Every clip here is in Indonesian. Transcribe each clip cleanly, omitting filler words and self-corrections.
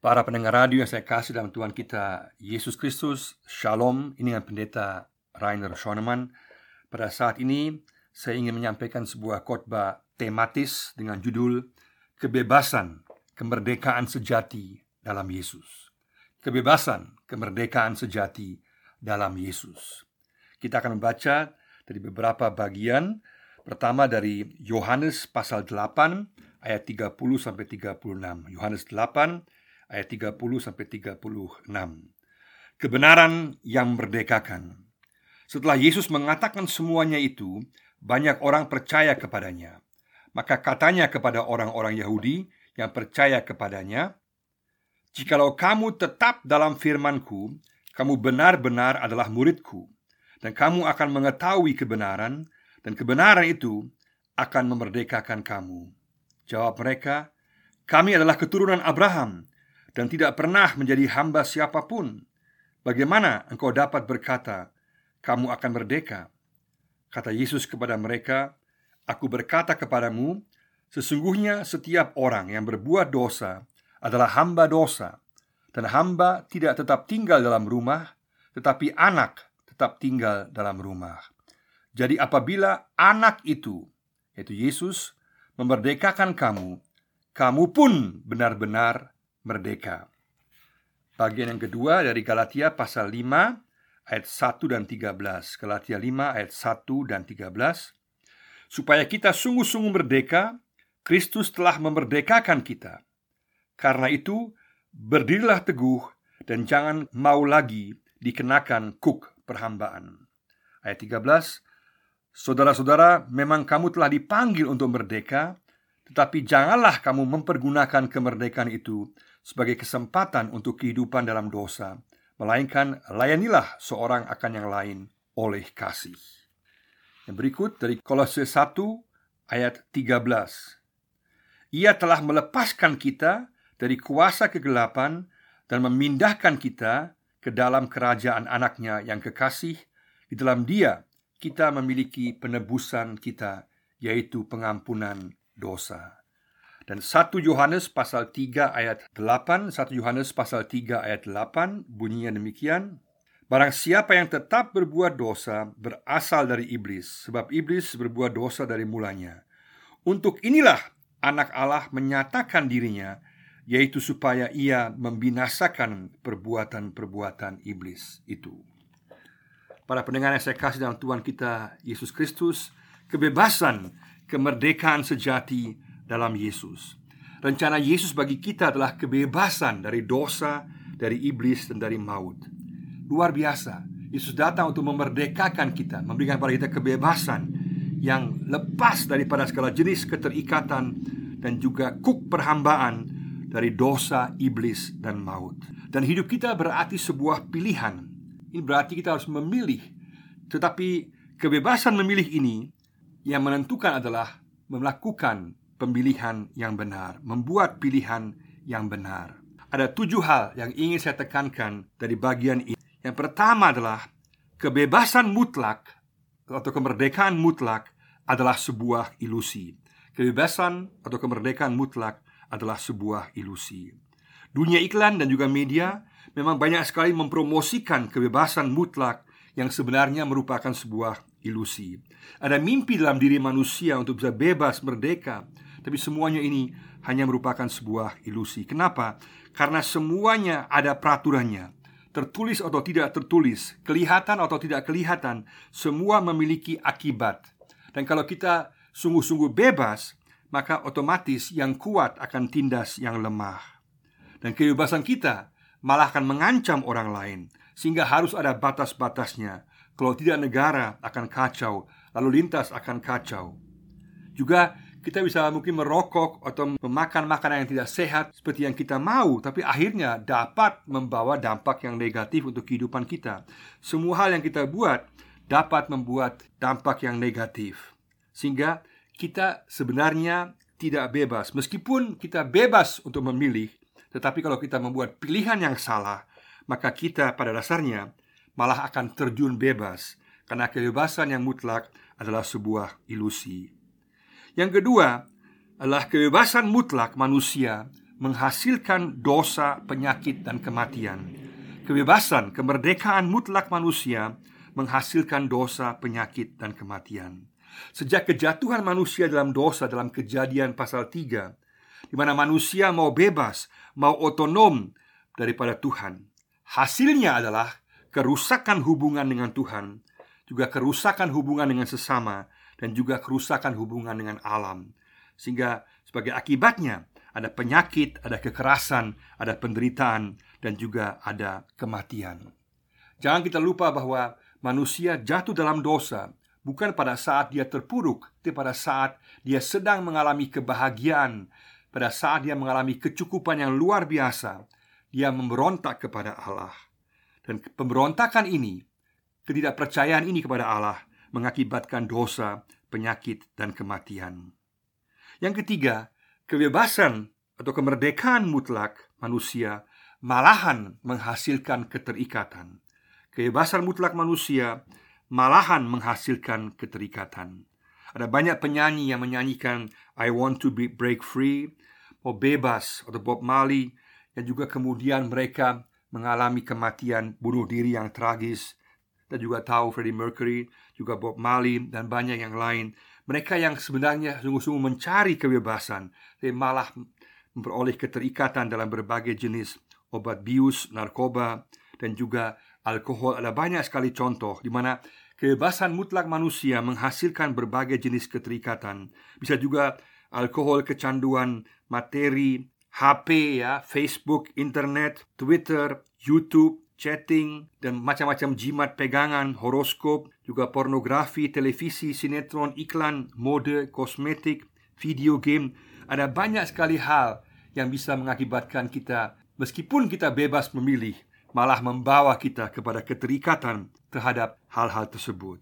Para pendengar radio yang saya kasih dalam Tuhan kita Yesus Kristus, Shalom. Ini dengan Pendeta Rainer Schoenemann. Pada saat ini saya ingin menyampaikan sebuah khotbah tematis dengan judul Kebebasan, Kemerdekaan Sejati dalam Yesus. Kebebasan, kemerdekaan sejati dalam Yesus. Kita akan membaca dari beberapa bagian. Pertama dari Yohanes pasal 8 ayat 30 sampai 36. Yohanes 8 ayat 30 sampai 36. Kebenaran yang merdekakan. Setelah Yesus mengatakan semuanya itu, banyak orang percaya kepadanya. Maka katanya kepada orang-orang Yahudi yang percaya kepadanya, "Jikalau kamu tetap dalam firman-Ku, kamu benar-benar adalah murid-Ku, dan kamu akan mengetahui kebenaran, dan kebenaran itu akan memerdekakan kamu." Jawab mereka, "Kami adalah keturunan Abraham dan tidak pernah menjadi hamba siapapun. Bagaimana engkau dapat berkata, kamu akan merdeka?" Kata Yesus kepada mereka, "Aku berkata kepadamu, sesungguhnya setiap orang yang berbuat dosa adalah hamba dosa. Dan hamba tidak tetap tinggal dalam rumah, tetapi anak tetap tinggal dalam rumah. Jadi apabila anak itu, yaitu Yesus, memerdekakan kamu, kamu pun benar-benar merdeka." Bagian yang kedua dari Galatia pasal 5 ayat 1 dan 13. Galatia 5 ayat 1 dan 13. Supaya kita sungguh-sungguh merdeka, Kristus telah memerdekakan kita. Karena itu, berdirilah teguh dan jangan mau lagi dikenakan kuk perhambaan. Ayat 13. Saudara-saudara, memang kamu telah dipanggil untuk merdeka, tetapi janganlah kamu mempergunakan kemerdekaan itu sebagai kesempatan untuk kehidupan dalam dosa, melainkan layanilah seorang akan yang lain oleh kasih. Yang berikut dari Kolose 1 ayat 13. Ia telah melepaskan kita dari kuasa kegelapan dan memindahkan kita ke dalam kerajaan anaknya yang kekasih. Di dalam Dia kita memiliki penebusan kita, yaitu pengampunan dosa. Dan 1 Yohanes pasal 3 ayat 8, 1 Yohanes pasal 3 ayat 8 bunyinya demikian, "Barang siapa yang tetap berbuat dosa berasal dari iblis, sebab iblis berbuat dosa dari mulanya. Untuk inilah anak Allah menyatakan dirinya, yaitu supaya ia membinasakan perbuatan-perbuatan iblis itu." Para pendengar yang saya kasih dalam Tuhan kita Yesus Kristus, kebebasan, kemerdekaan sejati dalam Yesus. Rencana Yesus bagi kita adalah kebebasan dari dosa, dari iblis, dan dari maut. Luar biasa. Yesus datang untuk memerdekakan kita, memberikan pada kita kebebasan yang lepas daripada segala jenis keterikatan dan juga kuk perhambaan dari dosa, iblis, dan maut. Dan hidup kita berarti sebuah pilihan. Ini berarti kita harus memilih. Tetapi kebebasan memilih ini yang menentukan adalah melakukan pemilihan yang benar, membuat pilihan yang benar. Ada 7 hal yang ingin saya tekankan dari bagian ini. Yang pertama adalah kebebasan mutlak atau kemerdekaan mutlak adalah sebuah ilusi. Kebebasan atau kemerdekaan mutlak adalah sebuah ilusi. Dunia iklan dan juga media memang banyak sekali mempromosikan kebebasan mutlak yang sebenarnya merupakan sebuah ilusi. Ada mimpi dalam diri manusia untuk bisa bebas, merdeka, tapi semuanya ini hanya merupakan sebuah ilusi. Kenapa? Karena semuanya ada peraturannya. Tertulis atau tidak tertulis, kelihatan atau tidak kelihatan, semua memiliki akibat. Dan kalau kita sungguh-sungguh bebas, maka otomatis yang kuat akan tindas yang lemah. Dan kebebasan kita malah akan mengancam orang lain, sehingga harus ada batas-batasnya. Kalau tidak, negara akan kacau, lalu lintas akan kacau. Juga kita bisa mungkin merokok atau memakan makanan yang tidak sehat seperti yang kita mau, tapi akhirnya dapat membawa dampak yang negatif untuk kehidupan kita. Semua hal yang kita buat dapat membuat dampak yang negatif, sehingga kita sebenarnya tidak bebas. Meskipun kita bebas untuk memilih, tetapi kalau kita membuat pilihan yang salah, maka kita pada dasarnya malah akan terjun bebas, karena kebebasan yang mutlak adalah sebuah ilusi. Yang kedua adalah kebebasan mutlak manusia menghasilkan dosa, penyakit, dan kematian. Kebebasan, kemerdekaan mutlak manusia menghasilkan dosa, penyakit, dan kematian. Sejak kejatuhan manusia dalam dosa dalam Kejadian pasal 3, di mana manusia mau bebas, mau otonom daripada Tuhan, hasilnya adalah kerusakan hubungan dengan Tuhan, juga kerusakan hubungan dengan sesama, dan juga kerusakan hubungan dengan alam. Sehingga sebagai akibatnya ada penyakit, ada kekerasan, ada penderitaan, dan juga ada kematian. Jangan kita lupa bahwa manusia jatuh dalam dosa bukan pada saat dia terpuruk, tapi pada saat dia sedang mengalami kebahagiaan, pada saat dia mengalami kecukupan yang luar biasa. Dia memberontak kepada Allah. Dan pemberontakan ini, ketidakpercayaan ini kepada Allah, mengakibatkan dosa, penyakit, dan kematian. Yang ketiga, kebebasan atau kemerdekaan mutlak manusia malahan menghasilkan keterikatan. Kebebasan mutlak manusia malahan menghasilkan keterikatan. Ada banyak penyanyi yang menyanyikan I want to break free, mau bebas, atau Bob Marley, yang juga kemudian mereka mengalami kematian, bunuh diri yang tragis. Kita juga tahu Freddie Mercury, juga Bob Marley, dan banyak yang lain. Mereka yang sebenarnya sungguh-sungguh mencari kebebasan, tapi malah memperoleh keterikatan dalam berbagai jenis obat bius, narkoba, dan juga alkohol. Ada banyak sekali contoh di mana kebebasan mutlak manusia menghasilkan berbagai jenis keterikatan. Bisa juga alkohol, kecanduan materi, HP, Facebook, internet, Twitter, YouTube, chatting, dan macam-macam jimat pegangan, horoskop, juga pornografi, televisi, sinetron, iklan, mode, kosmetik, video game. Ada banyak sekali hal yang bisa mengakibatkan kita, meskipun kita bebas memilih, malah membawa kita kepada keterikatan terhadap hal-hal tersebut.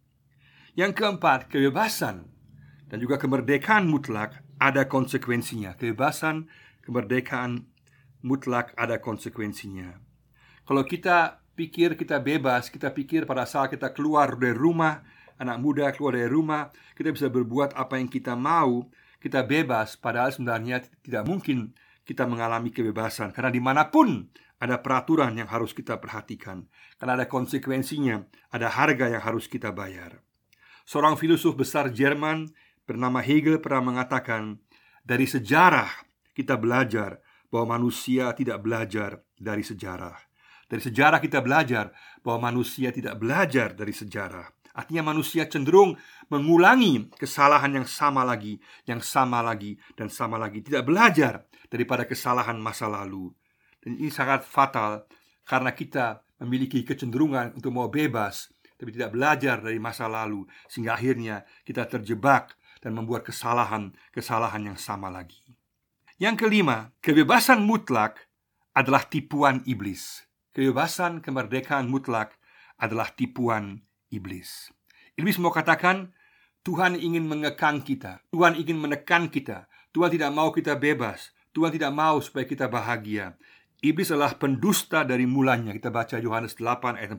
Yang keempat, kebebasan dan juga kemerdekaan mutlak ada konsekuensinya. Kebebasan, kemerdekaan mutlak ada konsekuensinya. Kalau kita pikir kita bebas, kita pikir pada saat kita keluar dari rumah, anak muda keluar dari rumah, kita bisa berbuat apa yang kita mau, kita bebas. Padahal sebenarnya tidak mungkin kita mengalami kebebasan, karena dimanapun ada peraturan yang harus kita perhatikan, karena ada konsekuensinya, ada harga yang harus kita bayar. Seorang filosof besar Jerman bernama Hegel pernah mengatakan, dari sejarah kita belajar bahwa manusia tidak belajar dari sejarah. Dari sejarah kita belajar bahwa manusia tidak belajar dari sejarah. Artinya manusia cenderung mengulangi kesalahan yang sama lagi, dan sama lagi. Tidak belajar daripada kesalahan masa lalu. Dan ini sangat fatal karena kita memiliki kecenderungan untuk mau bebas, tapi tidak belajar dari masa lalu, sehingga akhirnya kita terjebak dan membuat kesalahan yang sama lagi. Yang kelima, kebebasan mutlak adalah tipuan iblis. Kebebasan, kemerdekaan mutlak adalah tipuan iblis. Iblis mau katakan, Tuhan ingin mengekang kita, Tuhan ingin menekan kita, Tuhan tidak mau kita bebas, Tuhan tidak mau supaya kita bahagia. Iblis adalah pendusta dari mulanya. Kita baca Yohanes 8 ayat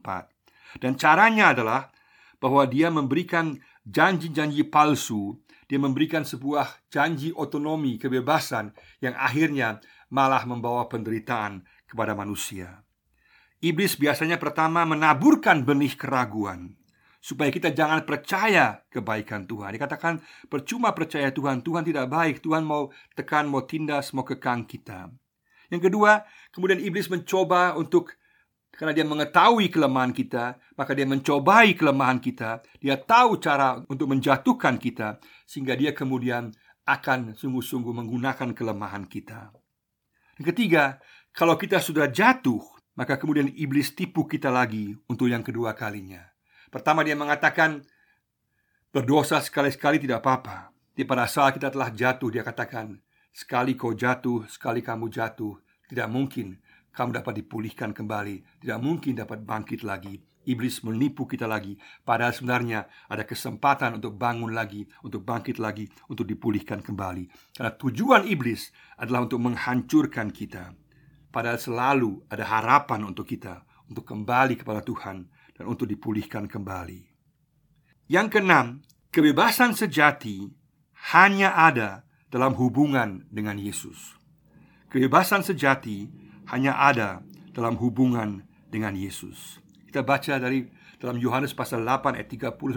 44. Dan caranya adalah bahwa dia memberikan janji-janji palsu. Dia memberikan sebuah janji otonomi, kebebasan, yang akhirnya malah membawa penderitaan kepada manusia. Iblis biasanya pertama menaburkan benih keraguan, supaya kita jangan percaya kebaikan Tuhan. Dikatakan percuma percaya Tuhan, Tuhan tidak baik, Tuhan mau tekan, mau tindas, mau kekang kita. Yang kedua, kemudian iblis mencoba karena dia mengetahui kelemahan kita, maka dia mencobai kelemahan kita. Dia tahu cara untuk menjatuhkan kita, sehingga dia kemudian akan sungguh-sungguh menggunakan kelemahan kita. Yang ketiga, kalau kita sudah jatuh, maka kemudian iblis tipu kita lagi untuk yang kedua kalinya. Pertama dia mengatakan, berdosa sekali-sekali tidak apa-apa. Di pada saat kita telah jatuh, dia katakan, sekali kau jatuh, sekali kamu jatuh, tidak mungkin kamu dapat dipulihkan kembali, tidak mungkin dapat bangkit lagi. Iblis menipu kita lagi, padahal sebenarnya ada kesempatan untuk bangun lagi, untuk bangkit lagi, untuk dipulihkan kembali. Karena tujuan iblis adalah untuk menghancurkan kita, padahal selalu ada harapan untuk kita, untuk kembali kepada Tuhan dan untuk dipulihkan kembali. Yang keenam, kebebasan sejati hanya ada dalam hubungan dengan Yesus. Kebebasan sejati hanya ada dalam hubungan dengan Yesus. Kita baca dari dalam Yohanes pasal 8 ayat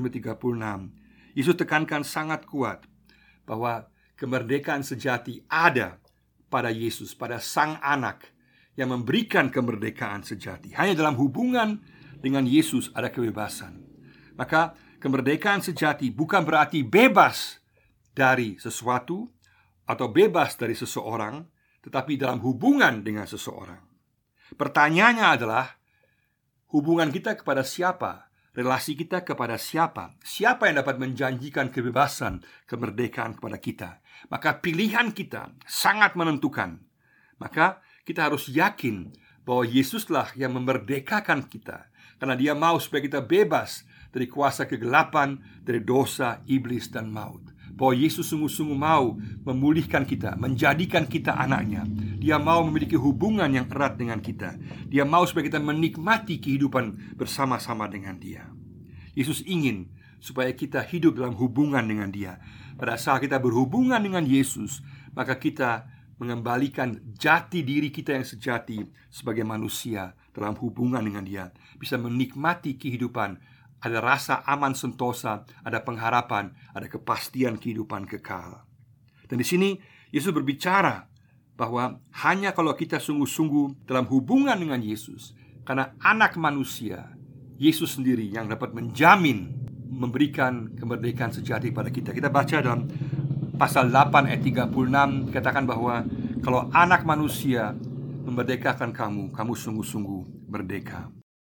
30-36. Yesus tekankan sangat kuat bahwa kemerdekaan sejati ada pada Yesus, pada Sang Anak yang memberikan kemerdekaan sejati. Hanya dalam hubungan dengan Yesus ada kebebasan. Maka kemerdekaan sejati bukan berarti bebas dari sesuatu atau bebas dari seseorang, tetapi dalam hubungan dengan seseorang. Pertanyaannya adalah, hubungan kita kepada siapa? Relasi kita kepada siapa? Siapa yang dapat menjanjikan kebebasan, kemerdekaan kepada kita? Maka pilihan kita sangat menentukan. Maka kita harus yakin bahwa Yesuslah yang memerdekakan kita, karena Dia mau supaya kita bebas dari kuasa kegelapan, dari dosa, iblis, dan maut. Bahwa Yesus sungguh-sungguh mau memulihkan kita, menjadikan kita anaknya. Dia mau memiliki hubungan yang erat dengan kita. Dia mau supaya kita menikmati kehidupan bersama-sama dengan Dia. Yesus ingin supaya kita hidup dalam hubungan dengan Dia. Pada saat kita berhubungan dengan Yesus, maka kita mengembalikan jati diri kita yang sejati sebagai manusia dalam hubungan dengan Dia. Bisa menikmati kehidupan. Ada rasa aman sentosa, ada pengharapan, ada kepastian kehidupan kekal. Dan di sini Yesus berbicara bahwa hanya kalau kita sungguh-sungguh dalam hubungan dengan Yesus, karena anak manusia, Yesus sendiri yang dapat menjamin, memberikan kemerdekaan sejati pada kita. Kita baca dalam pasal 8 ayat 36, dikatakan bahwa kalau anak manusia memerdekakan kamu, kamu sungguh-sungguh merdeka.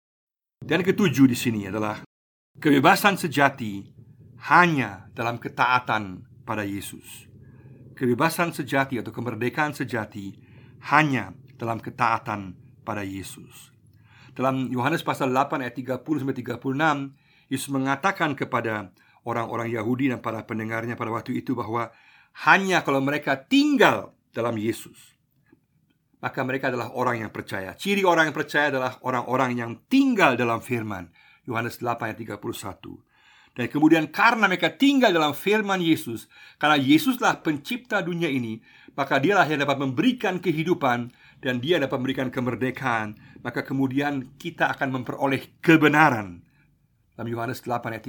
Dan ketujuh di sini adalah kebebasan sejati hanya dalam ketaatan pada Yesus. Kebebasan sejati atau kemerdekaan sejati hanya dalam ketaatan pada Yesus. Dalam Yohanes pasal 8 ayat 30-36, Yesus mengatakan kepada orang-orang Yahudi dan para pendengarnya pada waktu itu bahwa hanya kalau mereka tinggal dalam Yesus, maka mereka adalah orang yang percaya. Ciri orang yang percaya adalah orang-orang yang tinggal dalam firman. Yohanes 8 ayat 31. Dan kemudian karena mereka tinggal dalam firman Yesus, karena Yesuslah pencipta dunia ini, maka Dialah yang dapat memberikan kehidupan dan Dia dapat memberikan kemerdekaan. Maka kemudian kita akan memperoleh kebenaran. Dalam Yohanes 8 ayat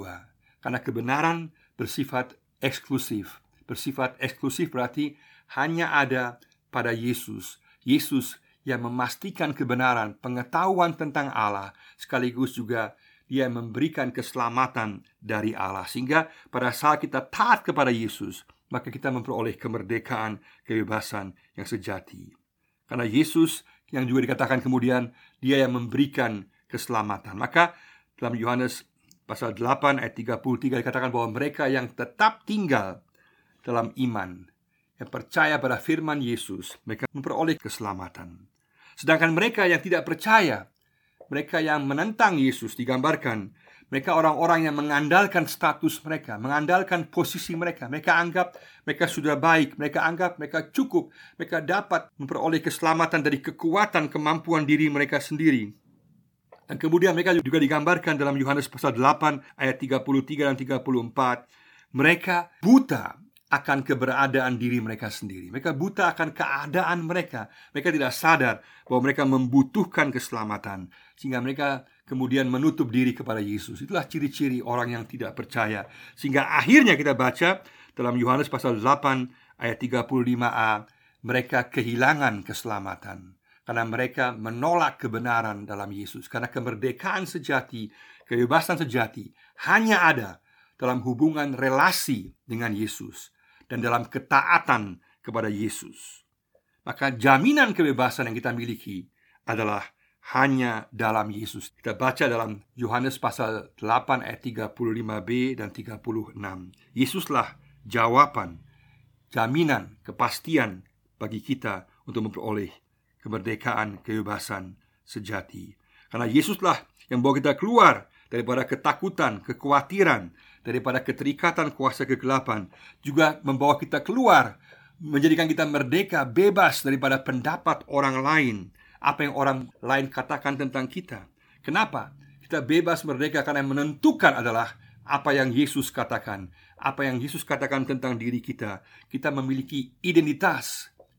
32. Karena kebenaran bersifat eksklusif. Bersifat eksklusif berarti hanya ada pada Yesus. Yesus yang memastikan kebenaran, pengetahuan tentang Allah, sekaligus juga Dia memberikan keselamatan dari Allah. Sehingga pada saat kita taat kepada Yesus, maka kita memperoleh kemerdekaan, kebebasan yang sejati. Karena Yesus yang juga dikatakan kemudian Dia yang memberikan keselamatan. Maka dalam Yohanes pasal 8 ayat 33 dikatakan bahwa mereka yang tetap tinggal dalam iman, yang percaya pada firman Yesus, mereka memperoleh keselamatan. Sedangkan mereka yang tidak percaya, mereka yang menentang Yesus, digambarkan mereka orang-orang yang mengandalkan status mereka, mengandalkan posisi mereka. Mereka anggap mereka sudah baik, mereka anggap mereka cukup, mereka dapat memperoleh keselamatan dari kekuatan kemampuan diri mereka sendiri. Dan kemudian mereka juga digambarkan dalam Yohanes pasal 8 ayat 33 dan 34. Mereka buta akan keberadaan diri mereka sendiri. Mereka buta akan keadaan mereka. Mereka tidak sadar bahwa mereka membutuhkan keselamatan, sehingga mereka kemudian menutup diri kepada Yesus. Itulah ciri-ciri orang yang tidak percaya. Sehingga akhirnya kita baca dalam Yohanes pasal 8 ayat 35a, mereka kehilangan keselamatan karena mereka menolak kebenaran dalam Yesus. Karena kemerdekaan sejati, kebebasan sejati hanya ada dalam hubungan relasi dengan Yesus dan dalam ketaatan kepada Yesus. Maka jaminan kebebasan yang kita miliki adalah hanya dalam Yesus. Kita baca dalam Yohanes pasal 8 ayat 35b dan 36. Yesuslah jawaban, jaminan, kepastian bagi kita untuk memperoleh kemerdekaan, kebebasan sejati. Karena Yesuslah yang bawa kita keluar daripada ketakutan, kekhawatiran, daripada keterikatan kuasa kegelapan, juga membawa kita keluar, menjadikan kita merdeka, bebas daripada pendapat orang lain, apa yang orang lain katakan tentang kita. Kenapa? Kita bebas merdeka karena yang menentukan adalah apa yang Yesus katakan. Apa yang Yesus katakan tentang diri kita. Kita memiliki identitas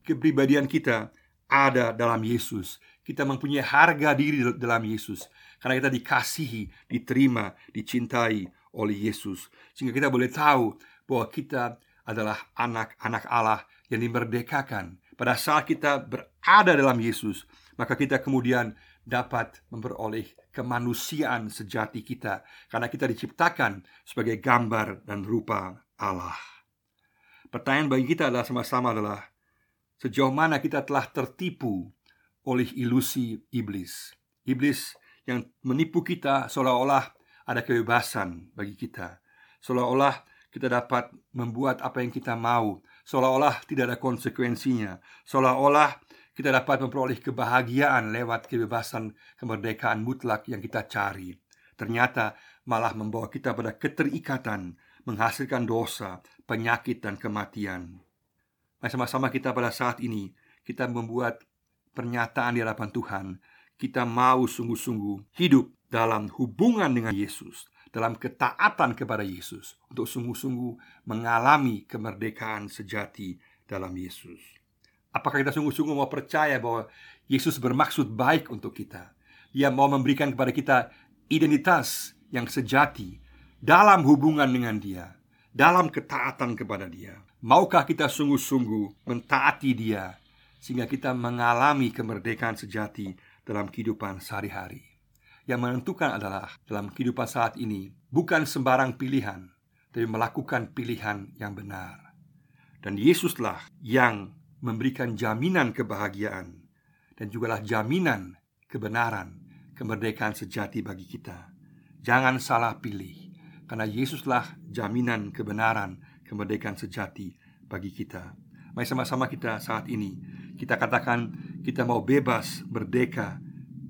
kepribadian kita ada dalam Yesus. Kita mempunyai harga diri dalam Yesus, karena kita dikasihi, diterima, dicintai oleh Yesus. Sehingga kita boleh tahu bahwa kita adalah anak-anak Allah yang dimerdekakan. Pada saat kita berada dalam Yesus, maka kita kemudian dapat memperoleh kemanusiaan sejati kita, karena kita diciptakan sebagai gambar dan rupa Allah. Pertanyaan bagi kita adalah sama-sama adalah, sejauh mana kita telah tertipu oleh ilusi iblis. Iblis yang menipu kita seolah-olah ada kebebasan bagi kita, seolah-olah kita dapat membuat apa yang kita mau, seolah-olah tidak ada konsekuensinya, seolah-olah kita dapat memperoleh kebahagiaan lewat kebebasan, kemerdekaan mutlak yang kita cari. Ternyata malah membawa kita pada keterikatan, menghasilkan dosa, penyakit, dan kematian. Mari sama-sama kita pada saat ini, kita membuat pernyataan di hadapan Tuhan. Kita mau sungguh-sungguh hidup dalam hubungan dengan Yesus, dalam ketaatan kepada Yesus, untuk sungguh-sungguh mengalami kemerdekaan sejati dalam Yesus. Apakah kita sungguh-sungguh mau percaya bahwa Yesus bermaksud baik untuk kita? Dia mau memberikan kepada kita identitas yang sejati dalam hubungan dengan Dia, dalam ketaatan kepada Dia. Maukah kita sungguh-sungguh mentaati Dia, sehingga kita mengalami kemerdekaan sejati dalam kehidupan sehari-hari? Yang menentukan adalah dalam kehidupan saat ini bukan sembarang pilihan, tapi melakukan pilihan yang benar. Dan Yesuslah yang memberikan jaminan kebahagiaan dan jugalah jaminan kebenaran, kemerdekaan sejati bagi kita. Jangan salah pilih, karena Yesuslah jaminan kebenaran, kemerdekaan sejati bagi kita. Mari sama-sama kita saat ini kita katakan, kita mau bebas, merdeka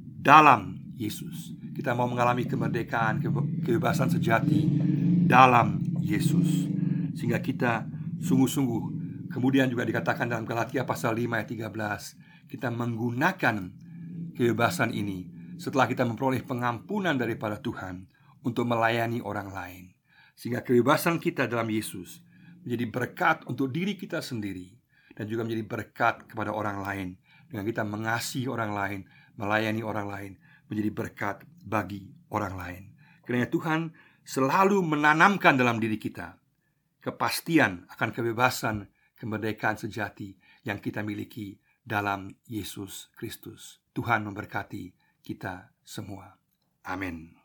dalam Yesus. Kita mau mengalami kemerdekaan, kebebasan sejati dalam Yesus, sehingga kita sungguh-sungguh. Kemudian juga dikatakan dalam Galatia pasal 5 ayat 13, kita menggunakan kebebasan ini setelah kita memperoleh pengampunan daripada Tuhan untuk melayani orang lain. Sehingga kebebasan kita dalam Yesus menjadi berkat untuk diri kita sendiri, dan juga menjadi berkat kepada orang lain. Dengan kita mengasihi orang lain, melayani orang lain, menjadi berkat bagi orang lain. Karena Tuhan selalu menanamkan dalam diri kita kepastian akan kebebasan, kemerdekaan sejati yang kita miliki dalam Yesus Kristus. Tuhan memberkati kita semua. Amin.